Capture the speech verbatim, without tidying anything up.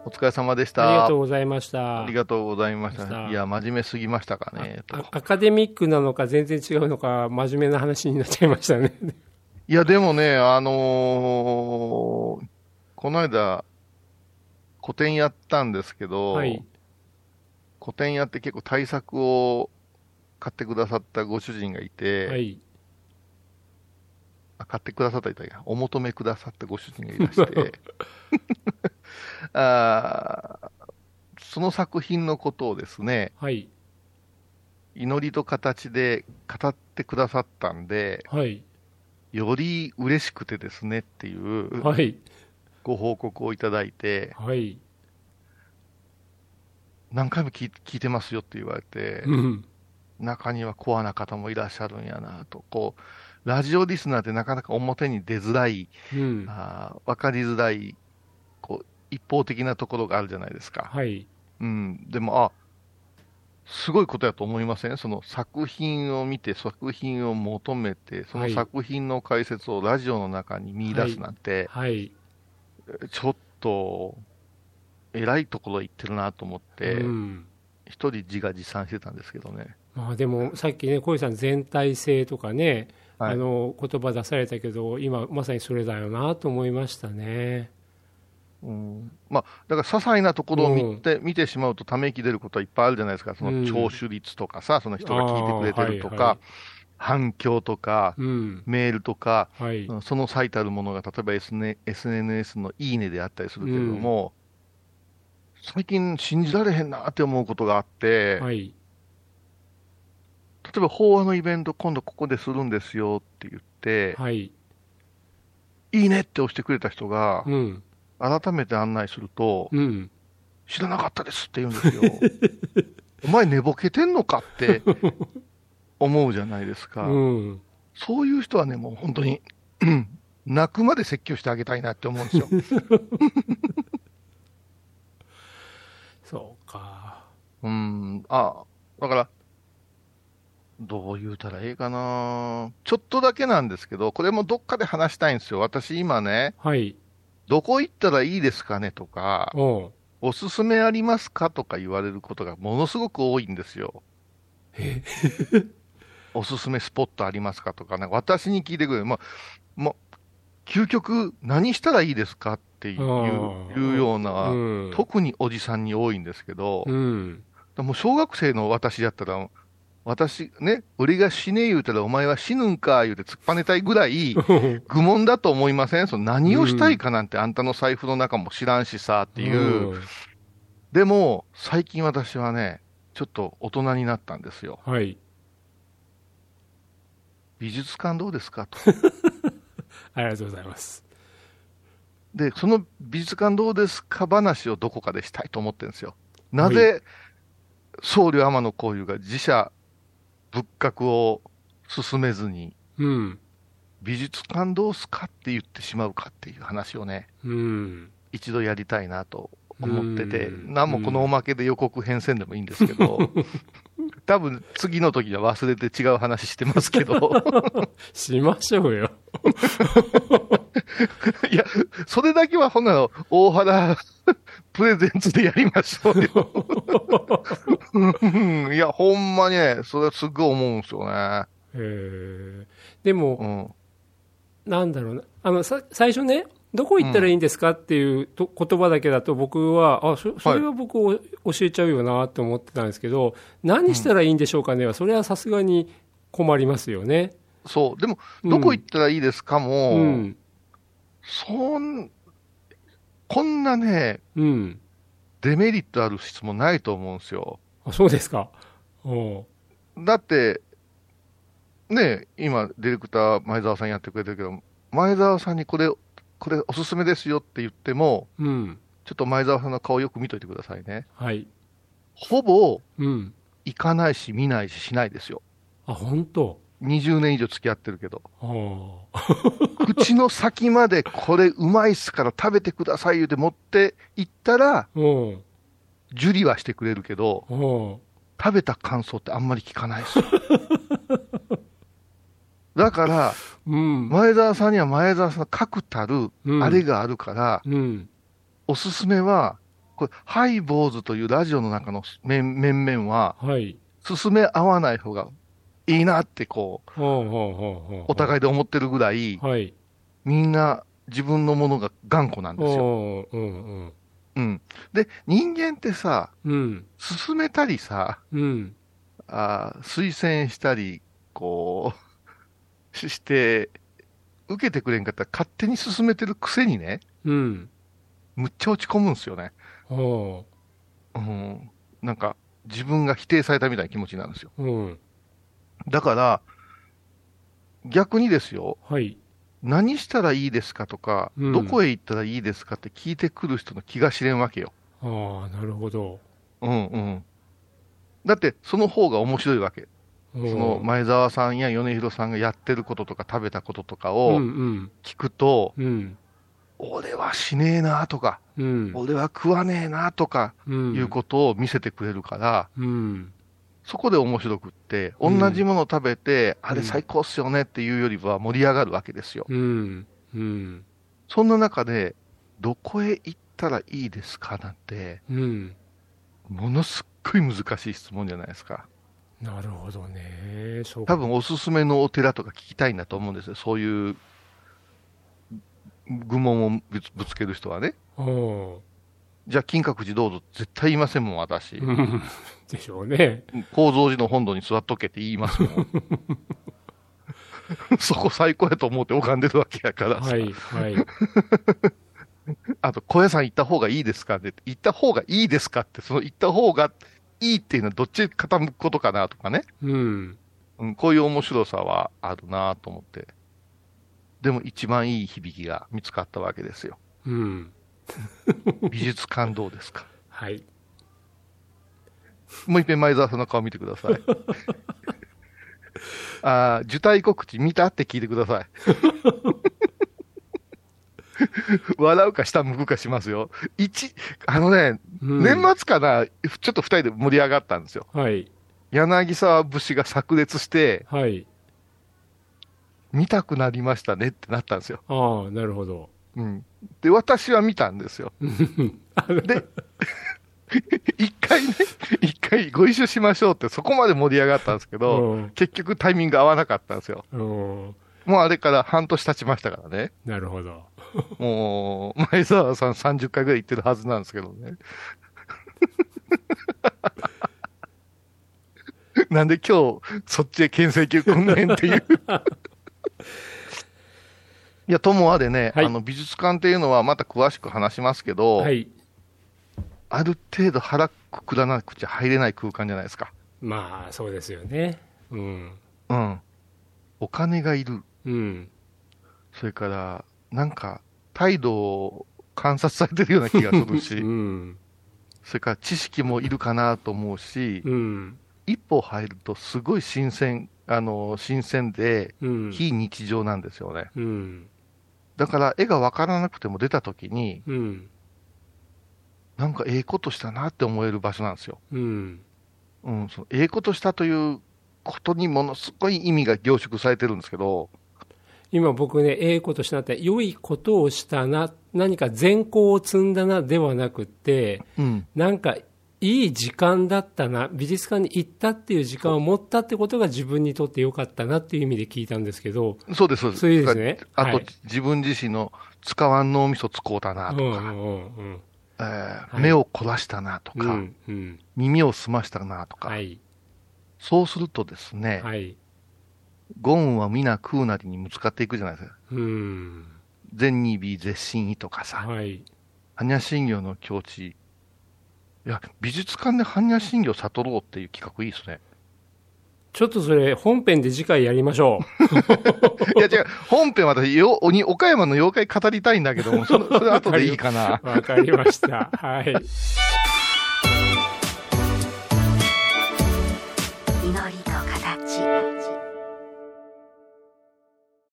お疲れ様でしありがた。 とうございました。 ありがとうございましましたた。いや、真面目すぎましたかね、と。 あアカデミックなのか全然違うのか真面目な話になっちゃいましたね。 いや、でもね、あのーこの間、個展やったんですけど、 はい。 個展やって結構大作を買ってくださったご主人がいて、 はい。 あ買ってくださったいたや、お求めくださったご主人がいらして、あーその作品のことをですね、 はい。 祈りと形で語ってくださったんで、 はい。 より嬉しくてですねっていうはい。 ご報告をいただいて、 はい。 何回も聞い、聞いてますよって言われて、 うん。 中にはコアな方もいらっしゃるんやなと、こう、ラジオリスナーってなかなか表に出づらい、 うん。 あー、わかりづらい、こう、一方的なところがあるじゃないですか。 はい。 うん。でも、あ、すごいことやと思いません？その作品を見て、作品を求めて、そのはい。 作品の解説をラジオの中に見出すはい。 なんて、 はい。 ちょっと、偉いところ行ってるなと思っうて、 ん。 一人自画自賛してたんですけどね。 まあでもさっきね、小井さん全体性とかね、 はい。 あの言葉出されたけど、今まさにそれだよなと思いましたね。 うん、まあ、だから些細なところを見うん。 て、見てしまうとため息出ることはいっぱいあるじゃないですか。そうの聴ん。 取率とかさ、そのあ人が聞いてくあ、 れてはいはい。 るとか、反響とか、 うん。 メールとか、 はい。 うんその最たるものが、例えば エスエヌエス のいいねであったりするけれどうん。 も、最近信じられへんなって思うことがあって、 はい。 例えば法話のイベント今度ここでするんですよって言って、 はい。 いいねって押してくれた人が、 うん。 改めて案内すると、 うん。 知らなかったですって言うんですよ。お前寝ぼけてんのかって思うじゃないですうか。 ん。 そういう人はね、もう本当に、うん泣くまで説教してあげたいなって思うんですよ。 そうか。 うん、あ、だから、どう言うたらええかな。ちょっとだけなんですけど、これもどっかで話したいんですよ。私今ね、 はい。 どこ行ったらいいですかねとか、 おう。 おすすめありますかとか言われることがものすごく多いんですよ。 え、 おすすめスポットありますかとか、なんか私に聞いてくれる。まあ、もう、究極何したらいいですかってあいう、いうあ、うような、 ん。 特におじさんに多いんですけど、 うん。 もう小学生の私だったら、私ね、俺が死ね言うたらお前は死ぬんか言うて突っぱねたいぐらい愚問だと思いません？その何をしたいうん。 かなんてあんたの財布の中も知らんしさってういう。 ん。 でも、最近私はね、ちょっと大人になったんですよ。 はい。 美術館どうですかと。 ありがとうございます。 で、その美術館どうですか話をどこかでしたいと思ってるんですよ。なはい。 ぜ僧侶天野幸雄が自社仏閣を進めずに、 うん。 美術館どうすかって言ってしまうかっていう話をね、 うん。 一度やりたいなとう思ってて、 ん。 何もこのおうん。 まけで予告編成でもいいんですけど、多分次の時は忘れて違う話してますけど、 しましょうよ。 いや、それだけはほんなら大原プレゼンツでやりましょうよ。うんいや、ほんまにね、それはすっごい思うんですよね。 えー、でも、 うん。 なんだろうな。あの、さ、最初ね、どこ行ったらいいうん。 んですかっていうと言葉だけだと僕は、あ、そ、そはい。 れは僕を教えちゃうよなって思ってたんですけど、何したうん。 らいいんでしょうかねは、それはさすがに困りますよね。 そう。でも、どこ行うん。 ったらいいですかも、 うん。 そん、こんなね、 うん。 デメリットある質問ないと思うんですよ。 あ、そうですか。おう。 だって、ね、今、ディレクター前澤さんやってくれてるけど、前澤さんにこれ、これおすすめですよって言っても、 うん。 ちょっと前澤さんの顔よく見といてくださいね。 はい。 ほぼうん。 行かないし見ないししないですよ。 あ、本当。 にじゅうねん以上付き合ってるけど。 ああ。 口の先までこれうまいっすから食べてください言うて持って行ったら、 うん。 受理はしてくれるけど、 うん。 食べた感想ってあんまり聞かないですよ。だから、 うん。 前澤さんには前澤さんの確たるうん。 あれがあるから、 うん。 おすすめはこれ、ハイボーズというラジオの中の面面々は、 はい。 進め合わない方がいいなってこう、 ほうほうほうほう。 お互いで思ってるぐらい、 はい。 みんな自分のものが頑固なんですよ。 おー、うんうん。 うん。で、人間ってさ、 うん。 進めたりさ、 うん。 あー推薦したり、こう、しして、受けてくれんかったら勝手に進めてるくせにね、 うん。 むっちゃ落ち込むんですよね。 ほうん。なんか、自分が否定されたみたいな気持ちになるんですよ。 う。うん。 だから、逆にですよ、 はい。 何したらいいですかとか、 うん。 どこへ行ったらいいですかって聞いてくる人の気が知れんわけよ。 ああ、なるほど。 うんうん。だって、その方が面白いわけ。 うそのん。 前澤さんや米広さんがやってることとか食べたこととかうんをうん。 聞くと、 うん。 俺はしねえなとか、 うん。 俺は食わねえなとかうん。 いうことを見せてくれるから、 うん。 そこで面白くって、同じうん。 もの食べて、あれ最うん。 高っすよねっていうよりは盛り上がるわけですよ。 うん。うん。 そんな中で、どこへ行ったらいいですかなんて、 うん。 ものすっごい難しい質問じゃないですか。 なるほどね。そうか。 多分おすすめのお寺とか聞きたいんだと思うんですよ。そういう愚問をぶつぶつける人はね。 うん。 じゃあ金閣寺どうぞ絶対言いませんもん、私。 うん。でしょうね。 構造寺の本堂に座っとけって言いますもん。そこ最高やと思って拝んでるわけやからさ。 はい、はい。 あと、小屋さん行った方がいいですかって、行った方がいいですかって、その行った方がいいっていうのはどっちに傾くことかなとかね。 うん。 うん、こういう面白さはあるなと思って。でも一番いい響きが見つかったわけですよ。 うん。 美術館どうですか？ はい。 もう一遍前澤さんの顔見てください。ああ、受胎告知見たって聞いてください。笑うか下向くかしますよ。一、あのね、年うん。 末かな、ちょっと二人で盛り上がったんですよ。 はい。 柳沢節が炸裂して、 はい。 見たくなりましたねってなったんですよ。 ああ、なるほど。 うん。で、私は見たんですよ。 うんあので、一回ね、一回ご一緒しましょうってそこまで盛り上がったんですけど、 うん。 結局タイミング合わなかったんですよ。 うん。 もうあれから半年経ちましたからね。 なるほど。 もう、前澤さんさんじゅっかいぐらい行ってるはずなんですけどね。なんで今日、そっちへ牽制球来んねんっていう。いや、ともあでね、 はい。 あの、美術館っていうのはまた詳しく話しますけど、 はい。 ある程度腹くくらなくちゃ入れない空間じゃないですか。 まあ、そうですよね。うん。 うん。お金がいる。 うん。 それから、なんか、態度を観察されてるような気がするうし、 ん。 それから知識もいるかなと思うし、 うん。 一歩入るとすごい新鮮、あの、新鮮で、 うん。 非日常なんですよね。 うん。 だから、絵がわからなくても出たときに、 うん。 なんかええことしたなって思える場所なんですよ。 うん。 うん、そのええことしたということにものすごい意味が凝縮されてるんですけど、 今僕ね、ええことしたなって、良いことをしたな、何か善行を積んだなではなくて、 うん、 なんかいい時間だったな、美術館に行ったっていう時間を持ったってことが自分にとって良かったなっていう意味で聞いたんですけど、 そうです、そうです。 そういうですね。 あと、 はい。 自分自身の使わん脳みそ使うたなうんうとか、 んうんうん。 えーはい。 目を凝らしたなとか、 うんうん。 耳を澄ましたなとか、 はい。 そうするとですね、 はい。 ゴンは皆食うなりにぶつかっていくじゃないですか。 うん。 善に美絶心意とかさ、 はい。 般若心経の境地。いや、美術館で般若心経悟ろうっていう企画いいですね。 ちょっとそれ本編で次回やりましょいや違う、本編は私、よ、鬼、岡山の妖怪語りたいんだけども、それ、それう。わかり、 後でいいかな。 わかりました。はい。